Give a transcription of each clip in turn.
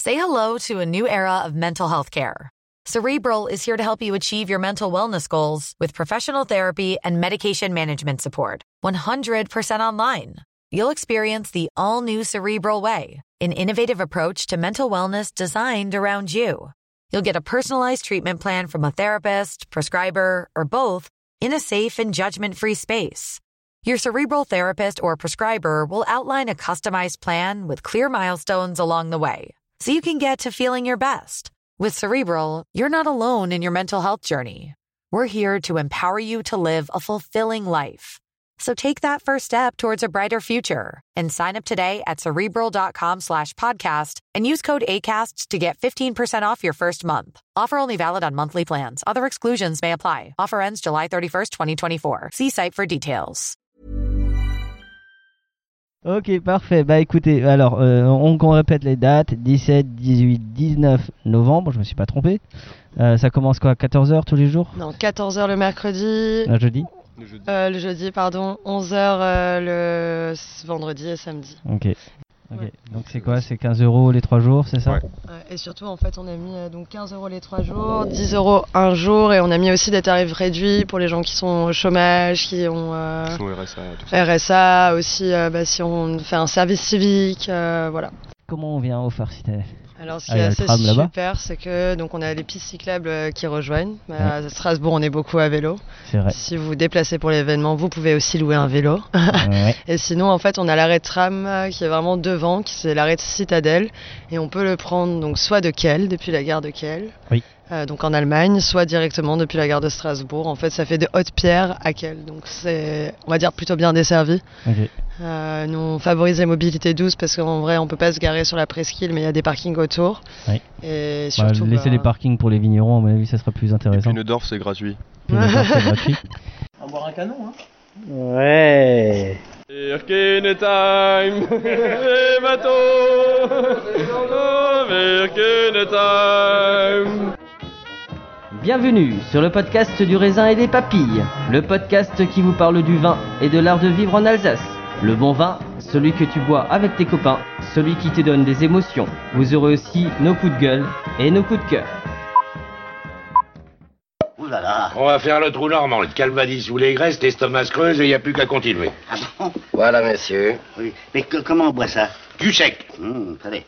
Say hello to a new era of mental health care. Cerebral is here to help you achieve your mental wellness goals with professional therapy and medication management support. 100% online. You'll experience the all-new Cerebral Way, an innovative approach to mental wellness designed around you. You'll get a personalized treatment plan from a therapist, prescriber, or both in a safe and judgment-free space. Your Cerebral therapist or prescriber will outline a customized plan with clear milestones along the way, so you can get to feeling your best. With Cerebral, you're not alone in your mental health journey. We're here to empower you to live a fulfilling life. So take that first step towards a brighter future and sign up today at Cerebral.com/podcast and use code ACAST to get 15% off your first month. Offer only valid on monthly plans. Other exclusions may apply. Offer ends July 31st, 2024. See site for details. Ok, parfait. Bah écoutez, alors on répète les dates, 17, 18, 19 novembre, je me suis pas trompé. Ça commence quoi, 14h tous les jours? Non, 14h le mercredi. Le jeudi. Le jeudi, pardon. 11h le vendredi et samedi. Ok. Ouais. Donc c'est quoi? C'est 15 € les 3 jours, c'est ça? Ouais. Et surtout, en fait, on a mis donc 15 € les 3 jours, 10 € un jour, et on a mis aussi des tarifs réduits pour les gens qui sont au chômage, qui ont RSA, tout ça. RSA aussi, si on fait un service civique, voilà. Comment on vient au Farcital? Alors ce qui est assez super, c'est que donc on a les pistes cyclables qui rejoignent. À Strasbourg, on est beaucoup à vélo. C'est vrai. Si vous vous déplacez pour l'événement, vous pouvez aussi louer un vélo. Ouais. Et sinon, en fait, on a l'arrêt de tram qui est vraiment devant, qui c'est l'arrêt de Citadelle, et on peut le prendre donc soit de Kiel, depuis la gare de Kiel. Oui. Donc en Allemagne, soit directement depuis la gare de Strasbourg. En fait, ça fait de Haute-Pierre à Kiel, donc c'est, on va dire, plutôt bien desservi. Okay. Nous, on favorise les mobilités douces parce qu'en vrai, on peut pas se garer sur la presqu'île, mais il y a des parkings autour. Oui. Et surtout, laisser les parkings pour les vignerons, à mon avis, ça sera plus intéressant. Et Pinedorf, c'est gratuit. Pinedorf, c'est gratuit. On va boire un canon, hein. Ouais. Virkene time, les bateaux, Virkene time. Bienvenue sur le podcast du raisin et des papilles, le podcast qui vous parle du vin et de l'art de vivre en Alsace. Le bon vin, celui que tu bois avec tes copains, celui qui te donne des émotions. Vous aurez aussi nos coups de gueule et nos coups de cœur. Oulala. On va faire le trou normand, le calvadis sous les graisses, l'estomac se creuse et il n'y a plus qu'à continuer. Ah bon? Voilà, monsieur. Oui. Mais comment on boit ça? Du sec. Allez.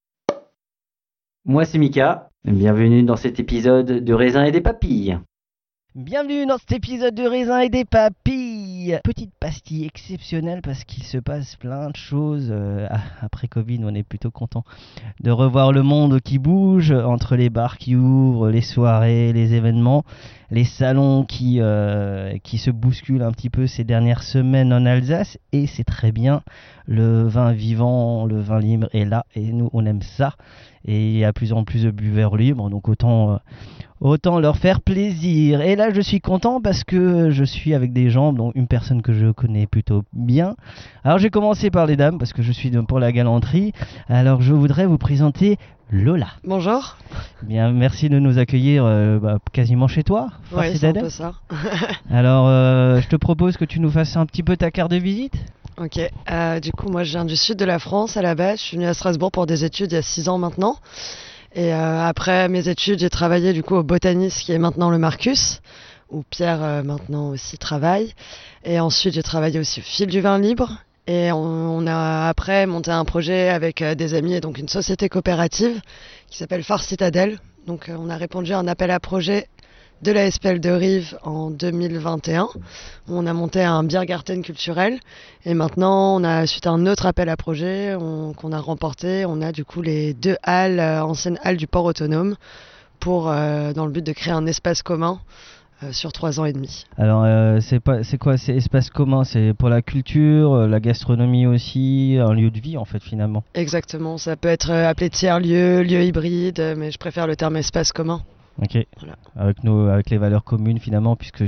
Moi c'est Mika, bienvenue dans cet épisode de raisin et des papilles. Bienvenue dans cet épisode de Raisin et des Papilles. Petite pastille exceptionnelle parce qu'il se passe plein de choses. Après Covid, on est plutôt content de revoir le monde qui bouge, entre les bars qui ouvrent, les soirées, les événements, les salons qui se bousculent un petit peu ces dernières semaines en Alsace. Et c'est très bien, le vin vivant, le vin libre est là et nous on aime ça. Et il y a de plus en plus de buveurs libres, donc autant leur faire plaisir. Et là je suis content parce que je suis avec des gens, dont une personne que je connais plutôt bien. Alors je vais commencer par les dames parce que je suis pour la galanterie. Alors je voudrais vous présenter Lola. Bonjour. Bien, merci de nous accueillir quasiment chez toi. Oui, c'est un peu ça. Alors je te propose que tu nous fasses un petit peu ta carte de visite. Ok, du coup moi je viens du sud de la France à la base, je suis venue à Strasbourg pour des études il y a 6 ans maintenant. Et après mes études, j'ai travaillé du coup au Botanis qui est maintenant le Marcus, où Pierre maintenant aussi travaille. Et ensuite j'ai travaillé aussi au Fil du Vin Libre. Et on a après monté un projet avec des amis et donc une société coopérative qui s'appelle Phare Citadelle. Donc on a répondu à un appel à projet de la SPL de Rive en 2021. On a monté un Biergarten culturel et maintenant on a suite à un autre appel à projet qu'on a remporté. On a du coup les 2 halles, anciennes halles du port autonome pour dans le but de créer un espace commun sur 3 ans et demi. Alors c'est quoi ces espaces communs? C'est pour la culture, la gastronomie aussi, un lieu de vie en fait finalement. Exactement, ça peut être appelé tiers-lieu, lieu hybride, mais je préfère le terme espace commun. Ok, voilà. Avec les valeurs communes finalement, puisque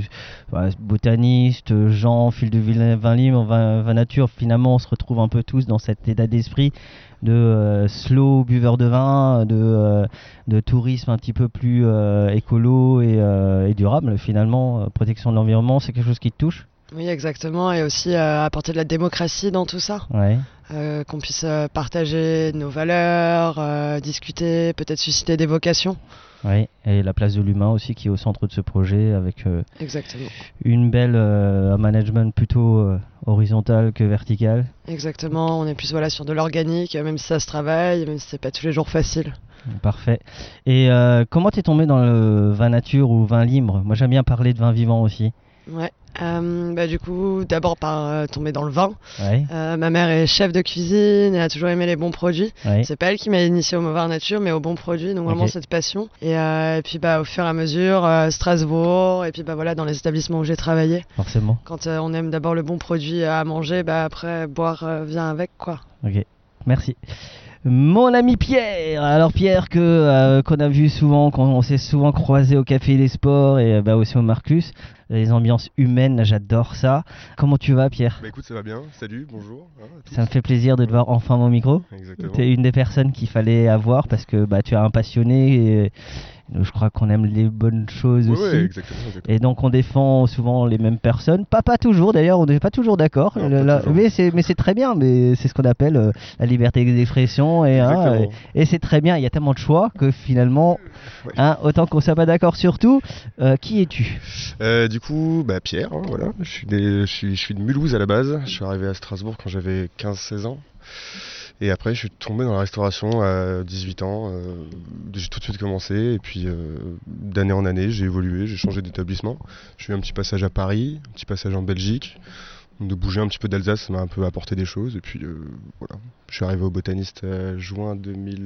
botaniste, Jean, Fil du Vin Libre, vin nature, finalement on se retrouve un peu tous dans cet état d'esprit de slow buveur de vin, de tourisme un petit peu plus écolo et durable finalement, protection de l'environnement. C'est quelque chose qui te touche? Oui, exactement, et aussi apporter de la démocratie dans tout ça. Ouais. Qu'on puisse partager nos valeurs, discuter, peut-être susciter des vocations. Oui, et la place de l'humain aussi qui est au centre de ce projet avec Exactement. une belle un management plutôt horizontal que vertical. Exactement, on est plus sur de l'organique, même si ça se travaille, même si c'est pas tous les jours facile. Parfait. Et comment t'es tombé dans le vin nature ou vin libre? Moi j'aime bien parler de vin vivant aussi. Ouais. Du coup, d'abord par tomber dans le vin. Ouais. Ma mère est chef de cuisine et a toujours aimé les bons produits. Ouais. C'est pas elle qui m'a initié au vin nature, mais aux bons produits, donc vraiment cette passion. Et puis au fur et à mesure, Strasbourg, et puis dans les établissements où j'ai travaillé. Forcément. Quand on aime d'abord le bon produit à manger, après boire vient avec, quoi. Ok, merci. Mon ami Pierre, alors Pierre qu'on a vu souvent, qu'on s'est souvent croisé au Café des Sports et aussi au Marcus, les ambiances humaines, j'adore ça. Comment tu vas Pierre? Écoute, ça va bien, salut, bonjour. Ça me fait plaisir de te voir enfin mon micro. Exactement. Tu es une des personnes qu'il fallait avoir parce que tu es un passionné et je crois qu'on aime les bonnes choses aussi. Ouais, exactement. Et donc on défend souvent les mêmes personnes, pas toujours d'ailleurs, on n'est pas toujours d'accord, mais c'est très bien, mais c'est ce qu'on appelle la liberté d'expression et c'est très bien, il y a tellement de choix que finalement, autant qu'on soit pas d'accord sur tout, qui es-tu? Du coup, Pierre, voilà, je suis de Mulhouse à la base, je suis arrivé à Strasbourg quand j'avais 15-16 ans. Et après, je suis tombé dans la restauration à 18 ans. J'ai tout de suite commencé. Et puis, d'année en année, j'ai évolué, j'ai changé d'établissement. J'ai eu un petit passage à Paris, un petit passage en Belgique. De bouger un petit peu d'Alsace, ça m'a un peu apporté des choses. Et puis, voilà. Je suis arrivé au Botaniste juin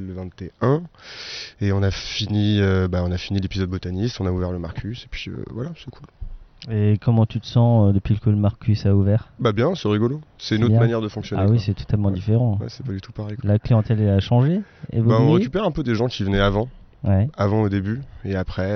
2021. Et on a fini l'épisode Botaniste, on a ouvert le Marcus. Et puis, voilà, c'est cool. Et comment tu te sens depuis que le Marcus a ouvert? Bien, c'est rigolo. C'est une autre manière de fonctionner. Ah oui, c'est totalement différent. Ouais, c'est pas du tout pareil. La clientèle elle a changé, évolué. On récupère un peu des gens qui venaient avant au début, et après,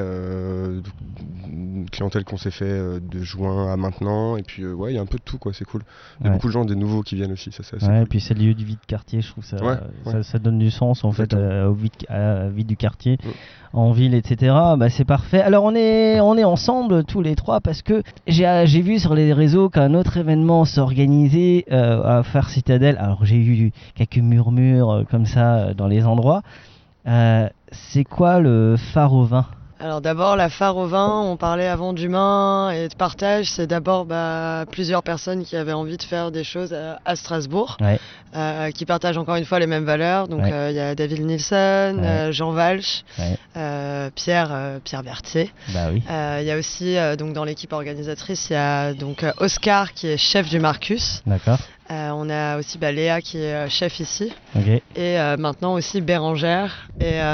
une clientèle qu'on s'est fait de juin à maintenant, et puis il y a un peu de tout, quoi, c'est cool. Il y a beaucoup de gens, des nouveaux qui viennent aussi, ça c'est assez cool. Et puis c'est le lieu du vie de quartier, je trouve ça donne du sens en fait au vie du quartier. En ville, etc. C'est parfait. Alors on est ensemble tous les trois parce que j'ai vu sur les réseaux qu'un autre événement s'organisait à Phare Citadelle. Alors j'ai eu quelques murmures comme ça dans les endroits. C'est quoi le phare au vin? Alors d'abord, la phare au vin, on parlait avant d'humain et de partage. C'est d'abord plusieurs personnes qui avaient envie de faire des choses à Strasbourg, qui partagent encore une fois les mêmes valeurs. Donc il y a David Nielsen, Jean Walsh, Pierre Berthier. Il y a aussi donc dans l'équipe organisatrice, il y a donc Oscar qui est chef du Marcus. D'accord. On a aussi Léa qui est chef ici. Okay. Et maintenant aussi Bérangère.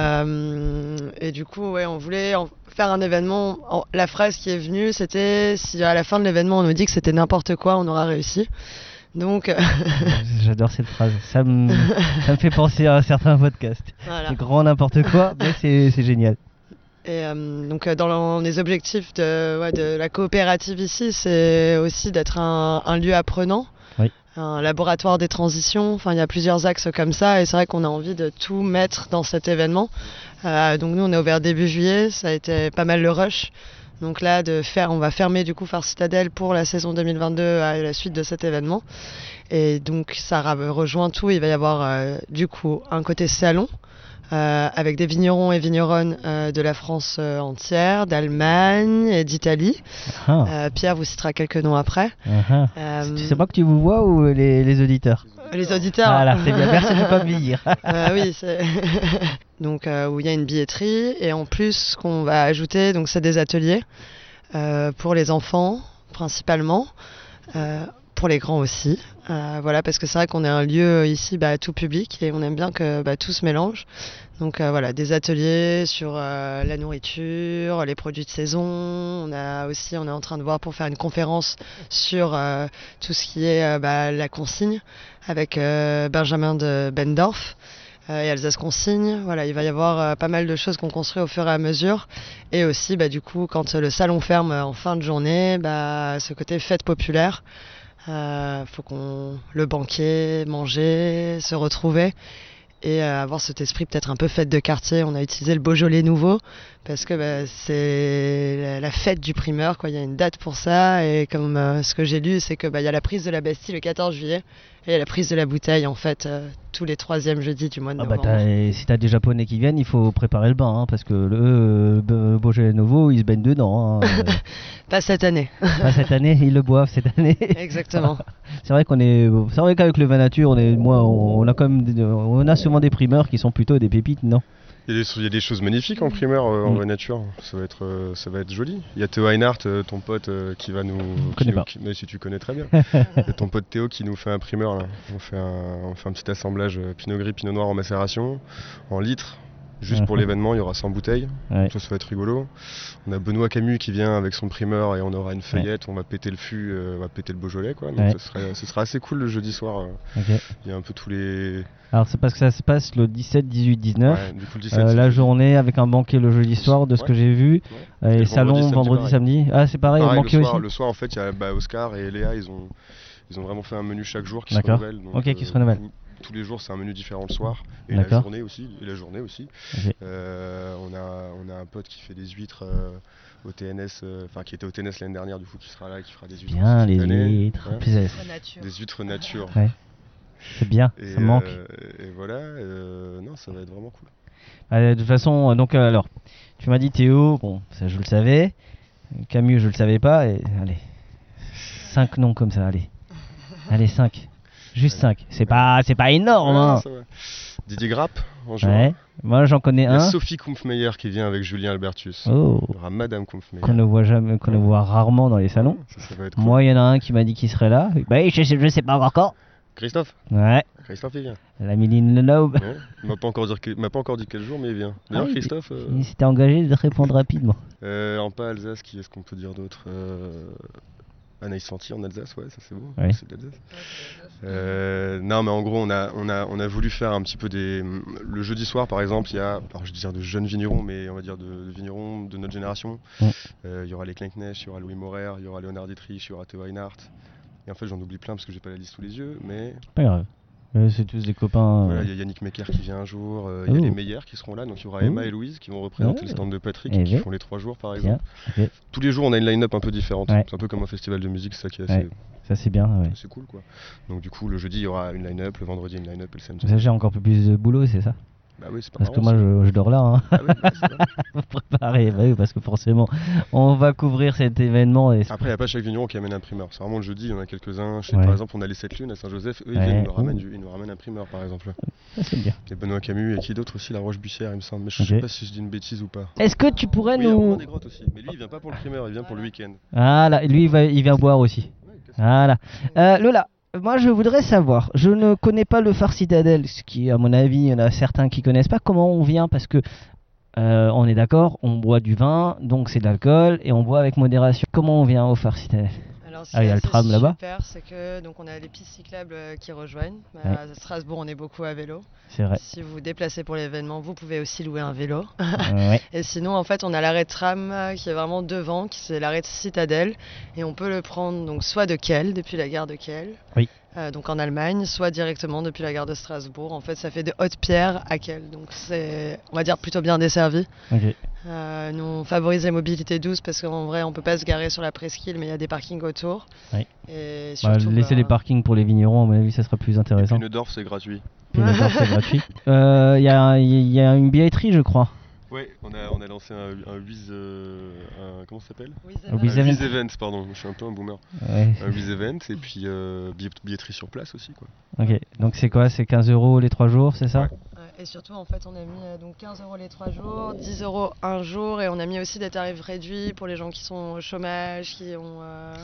Et du coup, on voulait faire un événement. La phrase qui est venue, c'était si à la fin de l'événement on nous dit que c'était n'importe quoi, on aura réussi. Donc j'adore cette phrase. Ça me fait penser à un certain podcast. Voilà. C'est grand n'importe quoi, mais c'est génial. Et donc dans les objectifs de la coopérative ici, c'est aussi d'être un lieu apprenant. Un laboratoire des transitions, il y a plusieurs axes comme ça et c'est vrai qu'on a envie de tout mettre dans cet événement. Donc nous on est ouvert début juillet, ça a été pas mal le rush. Donc là on va fermer du coup Phare Citadelle pour la saison 2022 à la suite de cet événement. Et donc ça rejoint tout, il va y avoir du coup un côté salon. Avec des vignerons et vigneronnes de la France entière, d'Allemagne et d'Italie. Pierre vous citera quelques noms après. C'est moi que tu vous vois ou les auditeurs? Les auditeurs. Voilà, c'est bien, merci de ne pas me dire. Oui, c'est... Donc où il y a une billetterie et en plus ce qu'on va ajouter, donc c'est des ateliers pour les enfants principalement. Pour les grands aussi, parce que c'est vrai qu'on est un lieu ici tout public et on aime bien que tout se mélange. Donc des ateliers sur la nourriture, les produits de saison. On est en train de voir pour faire une conférence sur tout ce qui est la consigne avec Benjamin de Bendorf. Et Alsace Consigne, il va y avoir pas mal de choses qu'on construit au fur et à mesure. Et aussi, du coup, quand le salon ferme en fin de journée, ce côté fête populaire. Faut le banquet, manger, se retrouver. et avoir cet esprit peut-être un peu fête de quartier. On a utilisé le Beaujolais nouveau parce que c'est la fête du primeur, quoi. Il y a une date pour ça, et comme ce que j'ai lu, c'est que il y a la prise de la Bastille le 14 juillet et il y a la prise de la bouteille en fait tous les 3e jeudis du mois de novembre. Si t'as des Japonais qui viennent, il faut préparer le bain, hein, parce que le Beaujolais nouveau, ils se baignent dedans. Hein. Pas cette année. Pas cette année, ils le boivent cette année. Exactement. C'est vrai qu'avec le vin nature, on a souvent des primeurs qui sont plutôt des pépites, non? Il y a des choses magnifiques en primeur en vraie nature, ça va être joli. Il y a Théo Reinhardt, ton pote, qui va nous... Mais si tu connais très bien. Il y a ton pote Théo qui nous fait un primeur là. On fait un petit assemblage Pinot Gris, Pinot Noir en macération, en litres. Juste pour l'événement, il y aura 100 bouteilles, ça va être rigolo. On a Benoît Camus qui vient avec son primeur et on aura une feuillette, on va péter le fût, on va péter le Beaujolais, quoi. Donc ce sera assez cool le jeudi soir. Il y a un peu tous les... Alors c'est parce que ça se passe le 17, 18, 19, du coup, le 17, la journée avec un banquet le jeudi soir de ce que j'ai vu, et salon vendredi, samedi. Ah c'est pareil, banquet aussi. Le soir en fait, il y a Oscar et Léa, ils ont vraiment fait un menu chaque jour qui se renouvelle. Donc, qui se renouvelle. Tous les jours c'est un menu différent le soir et la journée aussi. Okay. On a un pote qui fait des huîtres au TNS, qui était au TNS l'année dernière, du coup qui sera là et qui fera des huîtres. Bien les huîtres. Des huîtres nature. Ouais. C'est bien, ça manque. Et voilà, non, ça va être vraiment cool. De toute façon, donc alors, tu m'as dit Théo, bon, ça je le savais. Camus, je le savais pas. Et allez, 5 noms comme ça, allez 5. Juste 5. C'est pas énorme, hein. Didier Grappe, en juin. Ouais. Moi j'en connais un. Il y a Sophie Kumpfmeyer qui vient avec Julien Albertus. Oh. Il y aura Madame Kumpfmeyer. Qu'on ne voit rarement dans les salons. Ça va être cool. Moi il y en a un qui m'a dit qu'il serait là. Je sais pas encore quand. Christophe. Ouais. Christophe il vient. La Méline Lenoble. Ouais. Il m'a pas encore dit quel jour, mais il vient. D'ailleurs Christophe. Il s'était engagé de répondre rapidement. En pas Alsace, qui est-ce qu'on peut dire d'autre? Anaïs Santi en Alsace, ouais, ça c'est beau. Oui. C'est de l'Alsace. Non, mais en gros, on a voulu faire un petit peu le jeudi soir, par exemple, il y a, alors je veux dire de jeunes vignerons, mais on va dire de vignerons de notre génération. Il y aura les Klinknecht, il y aura Louis Maurer, il y aura Léonard Dietrich, il y aura Théo Reinhardt. Et en fait, j'en oublie plein parce que j'ai pas la liste sous les yeux, mais. Pas grave. C'est tous des copains. Voilà, il y a Yannick Mecker qui vient un jour, il y a les Meyer qui seront là, donc il y aura Emma et Louise qui vont représenter le stand de Patrick, qui font les 3 jours par exemple. Tous les jours on a une line-up un peu différente, c'est un peu comme un festival de musique, c'est ça qui est assez... Ça c'est bien, c'est cool quoi. Donc du coup le jeudi il y aura une line-up, le vendredi une line-up et le samedi. Ça j'ai encore plus de boulot, c'est ça? Bah oui, c'est pas parce que moi je dors là, hein. Ah oui, c'est vrai. Faut préparer, bah oui, parce que forcément on va couvrir cet événement. Et après il n'y a pas chaque vigneron qui amène un primeur, c'est vraiment le jeudi, il y en a quelques-uns. Par exemple on a les 7 lunes à Saint-Joseph, eux ils nous ramènent un primeur par exemple. Ça c'est bien. Et Benoît Camus et qui d'autre aussi, la Roche-Bussière il me semble, mais je sais pas si je dis une bêtise ou pas. Est-ce que tu pourrais nous... Romain Desgrottes aussi, mais lui il vient pas pour le primeur, il vient pour le week-end. Ah là, lui il vient boire aussi. Voilà. Lola, moi je voudrais savoir, je ne connais pas le phare Citadelle, ce qui à mon avis, il y en a certains qui connaissent pas. Comment on vient? Parce que on est d'accord, on boit du vin, donc c'est de l'alcool, et on boit avec modération. Comment on vient au phare Citadelle? Alors, il y a le tram là-bas. Super, c'est que donc on a les pistes cyclables qui rejoignent. À Strasbourg, on est beaucoup à vélo. C'est vrai. Si vous vous déplacez pour l'événement, vous pouvez aussi louer un vélo. Ouais. Et sinon, en fait, on a l'arrêt de tram qui est vraiment devant, qui c'est l'arrêt de Citadelle, et on peut le prendre donc soit de Kiel, depuis la gare de Kiel. Oui. Donc en Allemagne, soit directement depuis la gare de Strasbourg. En fait, ça fait de Haute-Pierre à Kiel, donc c'est, on va dire, plutôt bien desservi. Okay. Nous, on favorise les mobilités douces parce qu'en vrai, on peut pas se garer sur la presqu'île, mais il y a des parkings autour. Oui. Et surtout, laisser les parkings pour les vignerons, à mon avis, ça sera plus intéressant. Et Pinedorf, c'est gratuit. Pinedorf, c'est gratuit. Il y a une billetterie, je crois. Oui, on a lancé un Wiz... comment ça s'appelle? Wiz Event, pardon, je suis un peu un boomer. Ouais. Un Wiz Event, et puis billetterie sur place aussi, quoi. Ok, donc c'est quoi? C'est 15 € les 3 jours, c'est ça? Ouais. Et surtout, en fait, on a mis donc 15 € les 3 jours, 10 € un jour, et on a mis aussi des tarifs réduits pour les gens qui sont au chômage, qui ont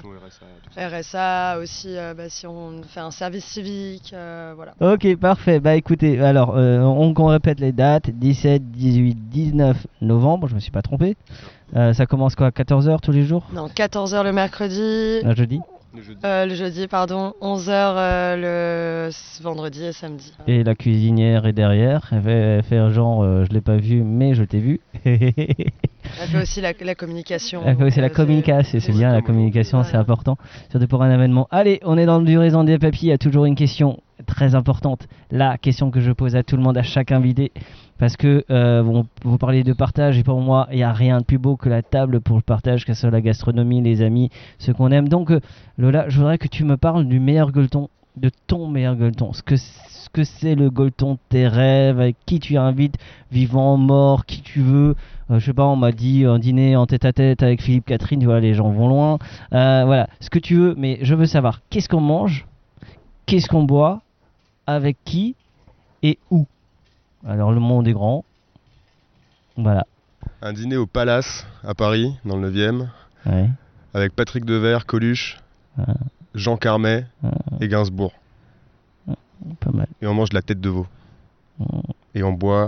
RSA aussi, si on fait un service civique, voilà. Ok, parfait. Bah écoutez, alors on répète les dates, 17, 18, 19 novembre, je me suis pas trompé. Ça commence quoi, 14h tous les jours? Non, 14h le mercredi. Le jeudi. Le jeudi, pardon, 11h le vendredi et samedi. Et la cuisinière est derrière, elle fait genre je l'ai pas vu mais je t'ai vu. Elle fait aussi la communication. Elle fait aussi la communication, c'est bien, la communication c'est important, surtout pour un événement. Allez, on est dans le du raisin des papilles, il y a toujours une question très importante, la question que je pose à tout le monde, à chaque invité, parce que vous parlez de partage, et pour moi, il n'y a rien de plus beau que la table pour le partage, que ce soit la gastronomie, les amis, ce qu'on aime. Donc, Lola, je voudrais que tu me parles du meilleur gueuleton, de ton meilleur gueuleton, ce que c'est le gueuleton de tes rêves, avec qui tu invites, vivant, mort, qui tu veux. Je sais pas, on m'a dit un dîner en tête-à-tête avec Philippe Catherine, voilà, les gens vont loin. Voilà, ce que tu veux, mais je veux savoir, qu'est-ce qu'on mange, qu'est-ce qu'on boit, avec qui et où. Alors, le monde est grand. Voilà. Un dîner au Palace, à Paris, dans le 9e, Ouais. avec Patrick Devers, Coluche, Jean Carmet et Gainsbourg. Pas mal. Et on mange de la tête de veau. Et on boit...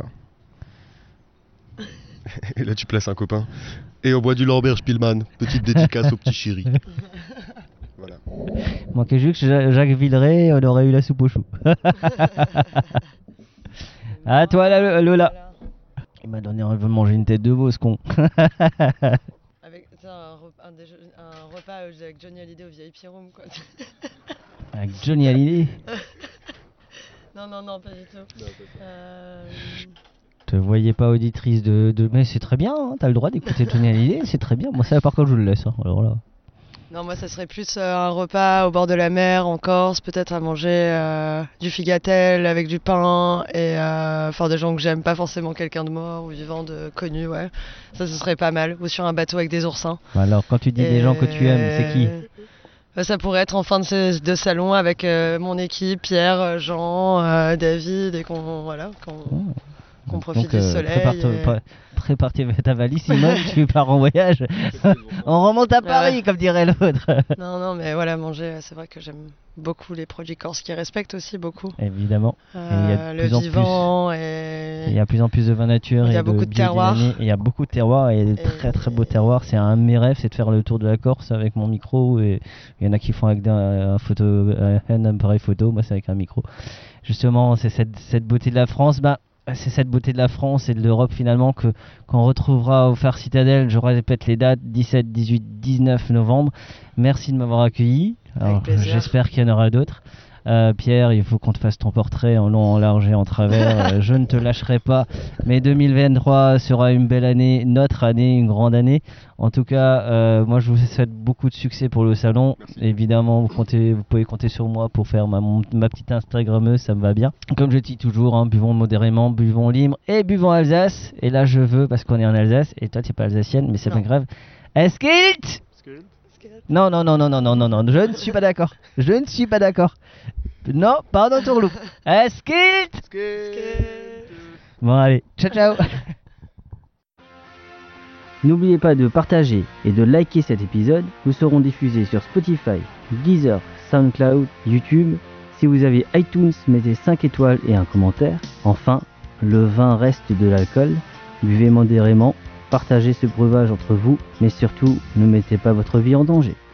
Et là, tu places un copain. Et on boit du Lambert Spielmann. Petite dédicace au petit chéri. Voilà. Manquait juste Jacques Villeray, on aurait eu la soupe aux choux. À toi, là, Lola. Il m'a donné envie de manger une tête de veau, ce con. Avec un repas avec Johnny Hallyday au VIP Room, quoi. Avec Johnny Hallyday. Non, pas du tout. Te voyais pas auditrice de... Mais c'est très bien, hein, t'as le droit d'écouter Johnny Hallyday, c'est très bien. Moi, ça, par contre, je le laisse. Hein. Alors là... Non, moi, ça serait plus un repas au bord de la mer, en Corse, peut-être à manger du figatel avec du pain, et enfin des gens que j'aime, pas forcément quelqu'un de mort ou vivant, de connu, ouais. Ça, ce serait pas mal. Ou sur un bateau avec des oursins. Alors, quand tu dis des gens que tu aimes, c'est qui ? Ça pourrait être en fin de salon avec mon équipe, Pierre, Jean, David, et qu'on profite du soleil. Prépare ta valise, Simone, tu pars en voyage. On remonte à Paris, comme dirait l'autre. Non, mais voilà, manger, c'est vrai que j'aime beaucoup les produits corses qui respectent aussi beaucoup. Évidemment. Il y a de plus en plus de vin nature. Il y a beaucoup de terroirs. Il y a beaucoup de terroirs et des très très beaux terroirs. C'est un de mes rêves, c'est de faire le tour de la Corse avec mon micro. Et il y en a qui font avec un appareil photo, moi c'est avec un micro. Justement, c'est cette beauté de la France. C'est cette beauté de la France et de l'Europe finalement qu'on retrouvera au Phare Citadel. Je répète les dates, 17, 18, 19 novembre. Merci de m'avoir accueilli. Alors, j'espère qu'il y en aura d'autres. Pierre, il faut qu'on te fasse ton portrait en long, en large et en travers. Je ne te lâcherai pas. Mais 2023 sera une belle année, notre année, une grande année. En tout cas, moi je vous souhaite beaucoup de succès pour le salon. Merci. Évidemment, vous pouvez compter sur moi pour faire ma petite Instagrammeuse, ça me va bien. Comme je dis toujours, hein, buvons modérément, buvons libre et buvons Alsace. Et là je veux, parce qu'on est en Alsace, et toi tu n'es pas alsacienne, mais c'est pas grave. Eskilt! Non, je ne suis pas d'accord. Non, pardon, Tourloup. Eskilt! Bon, allez, ciao. N'oubliez pas de partager et de liker cet épisode. Nous serons diffusés sur Spotify, Deezer, SoundCloud, YouTube. Si vous avez iTunes, mettez 5 étoiles et un commentaire. Enfin, le vin reste de l'alcool. Buvez modérément, partagez ce breuvage entre vous, mais surtout, ne mettez pas votre vie en danger.